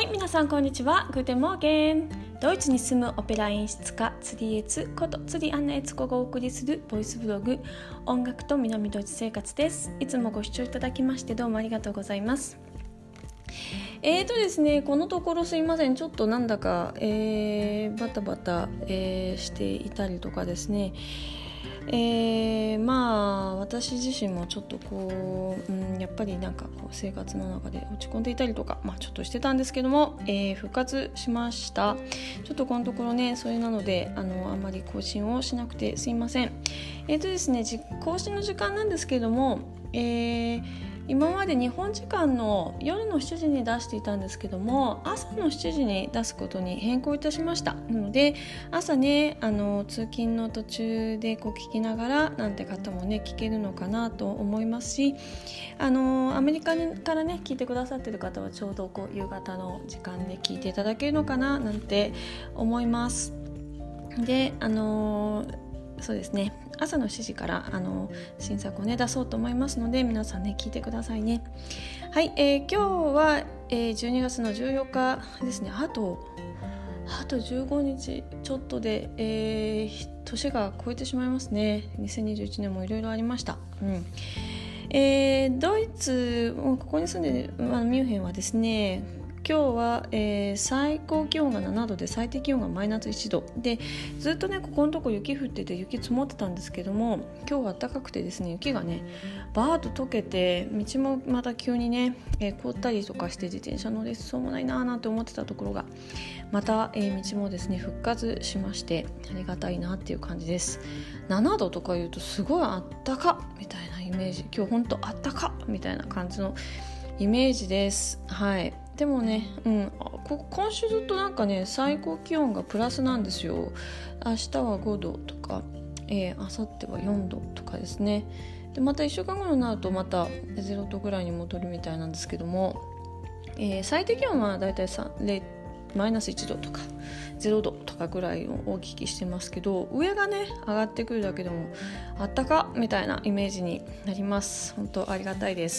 はい、皆さんこんにちは。グーテンモーゲン。ドイツに住むオペラ演出家ツリエツことツリアンナエツコがお送りするボイスブログ音楽と南ドイツ生活です。いつもご視聴いただきましてどうもありがとうございます。ですね、このところすいません、ちょっとなんだか、バタバタ、していたりとかですね、私自身もちょっとやっぱりなんか生活の中で落ち込んでいたりとか、ちょっとしてたんですけども、復活しました。ちょっとこのところね、それなのであんまり更新をしなくてすいません。ですね、更新の時間なんですけども、今まで日本時間の夜の7時に出していたんですけども、朝の7時に出すことに変更いたしました。なので朝ね、通勤の途中で聞きながらなんて方もね聞けるのかなと思いますし、アメリカからね聞いてくださっている方はちょうど夕方の時間で聞いていただけるのかななんて思います。で、そうですね、朝の7時から新作をね出そうと思いますので、皆さんね聞いてくださいね。はい、今日は、12月の14日ですね。あと15日ちょっとで、年が超えてしまいますね。2021年もいろいろありました。ドイツ、ここに住んでいるミュンヘンはですね、今日は、最高気温が7度で最低気温がマイナス1度で、ずっとねここのとこ雪降ってて雪積もってたんですけども、今日は暖かくてですね、雪がねバーッと溶けて、道もまた急にね、凍ったりとかして自転車乗れそうもないななんて思ってたところがまた、道もですね復活しまして、ありがたいなっていう感じです。7度とか言うとすごいあったかみたいなイメージ、今日ほんとあったかみたいな感じのイメージです。はい。でもね、今週ずっとなんかね最高気温がプラスなんですよ。明日は5度とか、明後日は4度とかですね。でまた1週間後になるとまた0度ぐらいに戻るみたいなんですけども、最低気温はだいたいマイナス1度とか0度とかぐらいをお聞きしてますけど、上がね上がってくるだけでもあったかみたいなイメージになります。本当ありがたいです。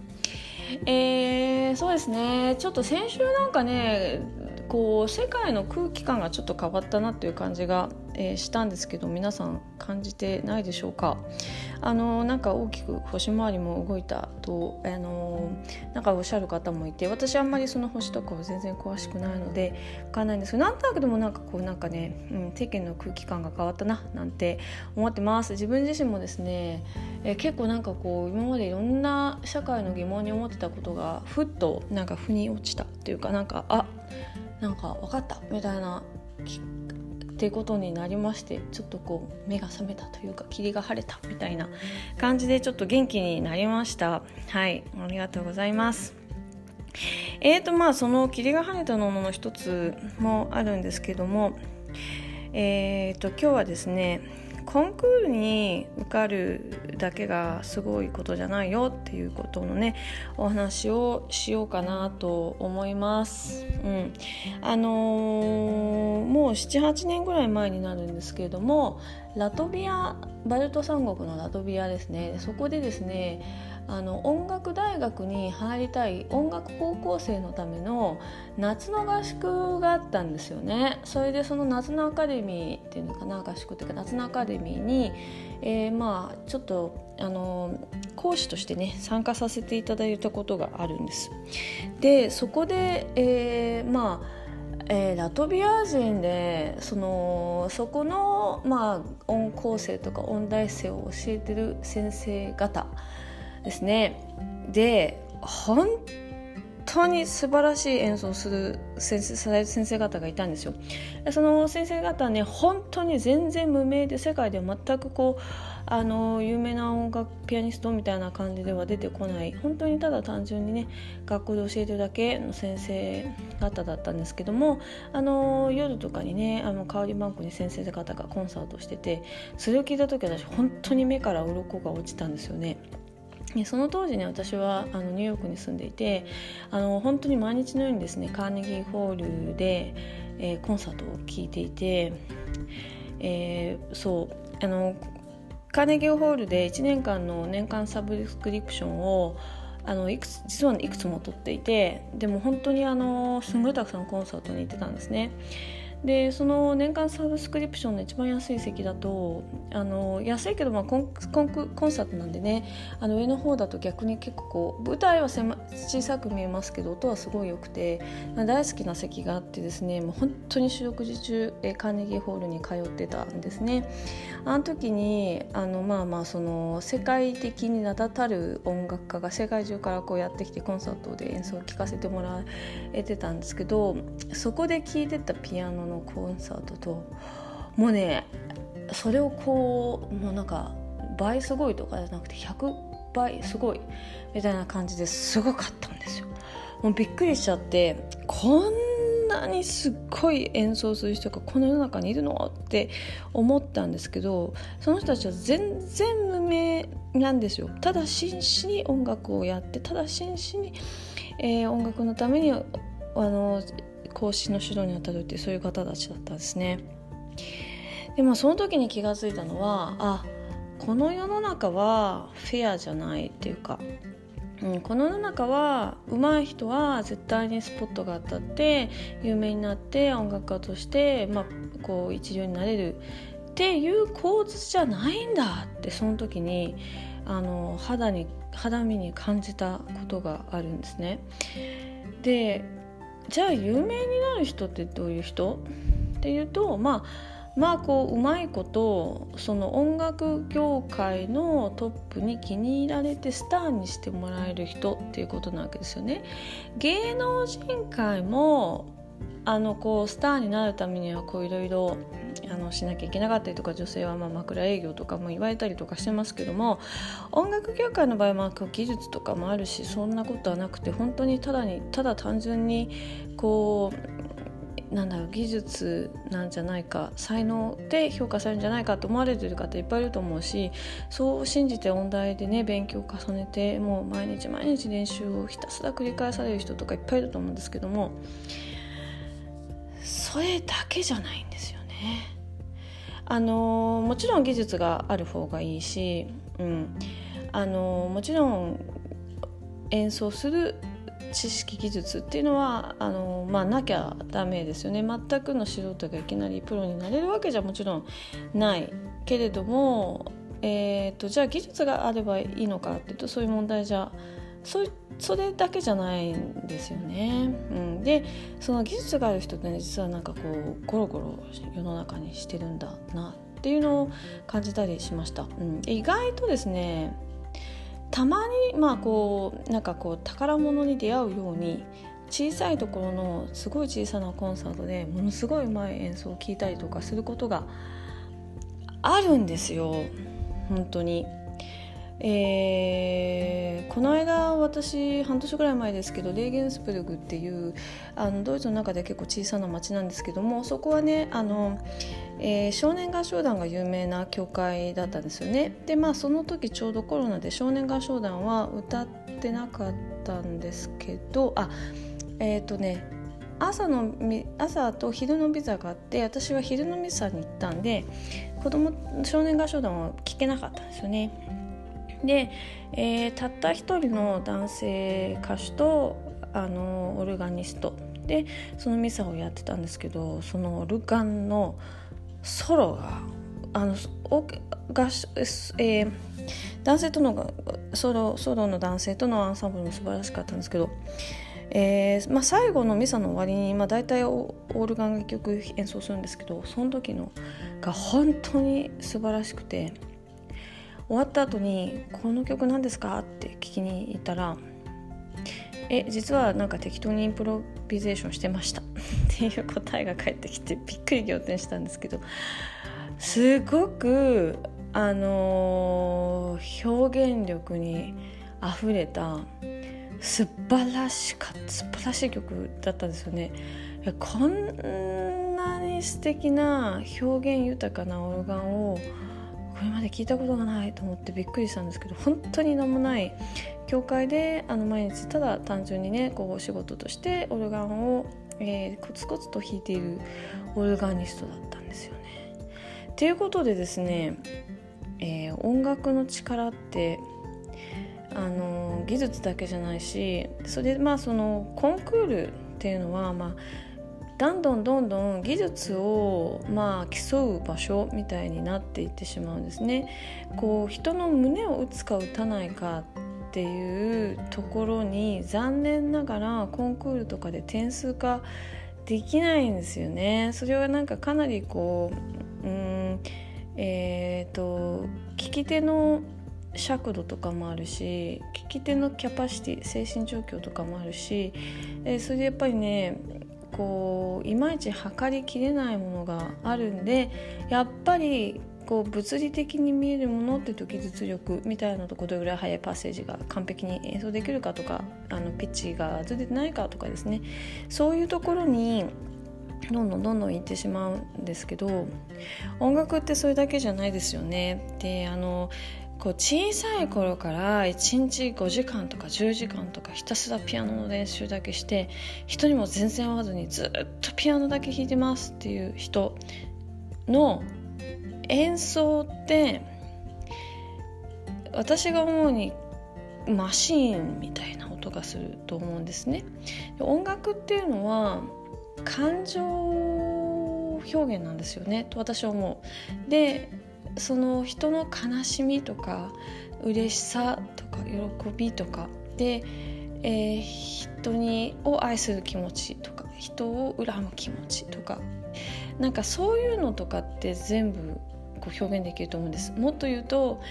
そうですね、ちょっと先週なんかね世界の空気感がちょっと変わったなという感じが、したんですけど、皆さん感じてないでしょうか。なんか大きく星回りも動いたと、なんかおっしゃる方もいて、私あんまりその星とかは全然詳しくないので分かんないんですけど、なんとなくでもなんかね、世間の空気感が変わったななんて思ってます。自分自身もですね、結構なんか今までいろんな社会の疑問に思ってたことがふっとなんか腑に落ちたっていうか、なんか分かったみたいなっていうことになりまして、ちょっと目が覚めたというか霧が晴れたみたいな感じでちょっと元気になりました。はい、ありがとうございます。その霧が晴れたものの一つもあるんですけども、今日はですね、コンクールに受かるだけがすごいことじゃないよっていうことのねお話をしようかなと思います。もう 7,8 年ぐらい前になるんですけれども、バルト三国のラトビアですね、そこでですね音楽大学に入りたい音楽高校生のための夏の合宿があったんですよね。それでその夏のアカデミーっていうのかな、合宿っていうか夏のアカデミーに、ちょっと講師としてね参加させていただいたことがあるんです。でそこで、ラトビア人でそこの、音構成とか音大生を教えてる先生方ですね。で本当に素晴らしい演奏をする先生方がいたんですよ。その先生方ね、本当に全然無名で、世界では全く有名な音楽ピアニストみたいな感じでは出てこない、本当にただ単純にね学校で教えてるだけの先生方だったんですけども、夜とかにね代わりバンクに先生方がコンサートしてて、それを聞いた時私本当に目から鱗が落ちたんですよね。その当時ね、私はニューヨークに住んでいて、本当に毎日のようにですねカーネギーホールで、コンサートを聴いていて、カーネギーホールで1年間の年間サブスクリプションを実はいくつも取っていて、でも本当にすごいたくさんコンサートに行ってたんですね。でその年間サブスクリプションの一番安い席だと安いけど、コンサートなんでね、上の方だと逆に結構舞台は小さく見えますけど音はすごい良くて大好きな席があってですね、もう本当に四六時中カーネギーホールに通ってたんですね。あの時にその世界的に名だたる音楽家が世界中からこうやってきてコンサートで演奏を聴かせてもらえてたんですけど、そこで聴いてたピアノのコンサートともうね、それをもうなんか倍すごいとかじゃなくて100倍すごいみたいな感じですごかったんですよ。もうびっくりしちゃって、こんなにすっごい演奏する人がこの世の中にいるのって思ったんですけど、その人たちは全然無名なんですよ。ただ真摯に音楽をやって、ただ真摯に、音楽のために講師の指導に当たるっていう、そういう方たちだったんですね。でその時に気がついたのは、この世の中はフェアじゃないっていうか、この世の中は上手い人は絶対にスポットが当たって有名になって音楽家として、こう一流になれるっていう構図じゃないんだって、その時に肌身に感じたことがあるんですね。でじゃあ有名になる人ってどういう人っていうと、こううまいことその音楽業界のトップに気に入られてスターにしてもらえる人っていうことなわけですよね。芸能人界もこうスターになるためにはこういろいろしなきゃいけなかったりとか、女性は枕営業とかも言われたりとかしてますけども、音楽業界の場合は技術とかもあるし、そんなことはなくて本当にただ単純にこう技術なんじゃないか、才能で評価されるんじゃないかと思われている方いっぱいいると思うし、そう信じて音大でね勉強を重ねてもう毎日練習をひたすら繰り返される人とかいっぱいいると思うんですけども、それだけじゃないんですよね。もちろん技術がある方がいいし、もちろん演奏する知識技術っていうのはなきゃダメですよね。全くの素人がいきなりプロになれるわけじゃもちろんないけれども、じゃあ技術があればいいのかっていうと、そういう問題じゃそれだけじゃないんですよね。でその技術がある人ってね、実はこうゴロゴロ世の中にしてるんだなっていうのを感じたりしました。意外とですね、たまにこう宝物に出会うように小さいところのすごい小さなコンサートでものすごいうまい演奏を聴いたりとかすることがあるんですよ、本当に。この間私半年ぐらい前ですけど、レーゲンスブルグっていうドイツの中で結構小さな町なんですけども、そこはね少年合唱団が有名な教会だったんですよね。でその時ちょうどコロナで少年合唱団は歌ってなかったんですけど、朝と昼のビザがあって、私は昼のミサに行ったんで少年合唱団は聴けなかったんですよね。で、たった一人の男性歌手とオルガニストでそのミサをやってたんですけど、そのオルガンのソロが男性とのソロの男性とのアンサンブルも素晴らしかったんですけど、最後のミサの終わりに、大体オルガンが1曲演奏するんですけど、その時のが本当に素晴らしくて、終わった後にこの曲何ですかって聞きに行ったら、実は適当にインプロビゼーションしてましたっていう答えが返ってきて、びっくり仰天したんですけど、すごく表現力にあふれた素晴らしい曲だったんですよね。こんなに素敵な表現豊かなオルガンをこれまで聞いたことがないと思ってびっくりしたんですけど、本当に名もない教会で毎日ただ単純にねお仕事としてオルガンを、コツコツと弾いているオルガニストだったんですよね。ということでですね、音楽の力って技術だけじゃないし、それでそのコンクールっていうのはどんどん技術を競う場所みたいになっていってしまうんですね。人の胸を打つか打たないかっていうところに残念ながらコンクールとかで点数化できないんですよね。それはかなり聞き手の尺度とかもあるし、聞き手のキャパシティ、精神状況とかもあるし、それでやっぱりねいまいち測りきれないものがあるんで、やっぱり物理的に見えるものっていうと技術力みたいなところ、どれぐらい速いパッセージが完璧に演奏できるかとか、ピッチがずれてないかとかですね、そういうところにどんどん行ってしまうんですけど、音楽ってそれだけじゃないですよね。で小さい頃から1日5時間とか10時間とかひたすらピアノの練習だけして、人にも全然会わずにずっとピアノだけ弾いてますっていう人の演奏って、私が思うにマシーンみたいな音がすると思うんですね。音楽っていうのは感情表現なんですよねと私は思う。でその人の悲しみとか嬉しさとか喜びとかで、人を愛する気持ちとか人を恨む気持ちとか、そういうのとかって全部表現できると思うんです。もっと言うと、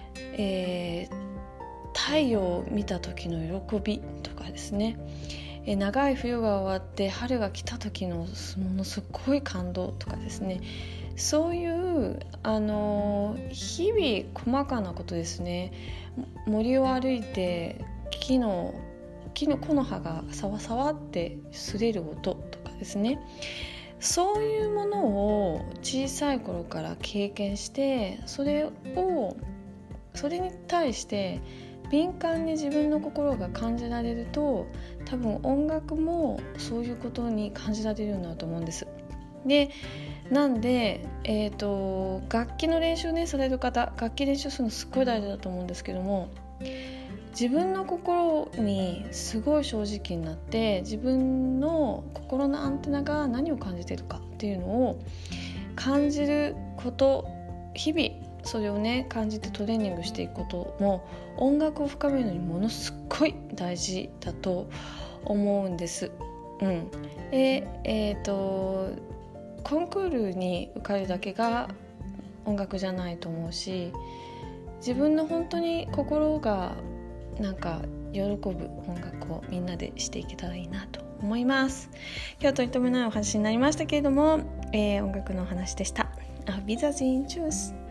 太陽を見た時の喜びとかですね、長い冬が終わって春が来た時のものすごい感動とかですね、そういう日々細かなことですね。森を歩いて木の木の葉がさわさわって擦れる音とかですね、そういうものを小さい頃から経験して、それに対して敏感に自分の心が感じられると、多分音楽もそういうことに感じられるようになると思うんです。でなんで、楽器の練習ねされる方、楽器練習するのすっごい大事だと思うんですけども、自分の心にすごい正直になって、自分の心のアンテナが何を感じているかっていうのを感じること、日々それをね感じてトレーニングしていくことも音楽を深めるのにものすっごい大事だと思うんです。コンクールに受かるだけが音楽じゃないと思うし、自分の本当に心が喜ぶ音楽をみんなでしていけたらいいなと思います。今日はとりとめないお話になりましたけれども、音楽のお話でした。Auf Wiedersehen, Tschüss。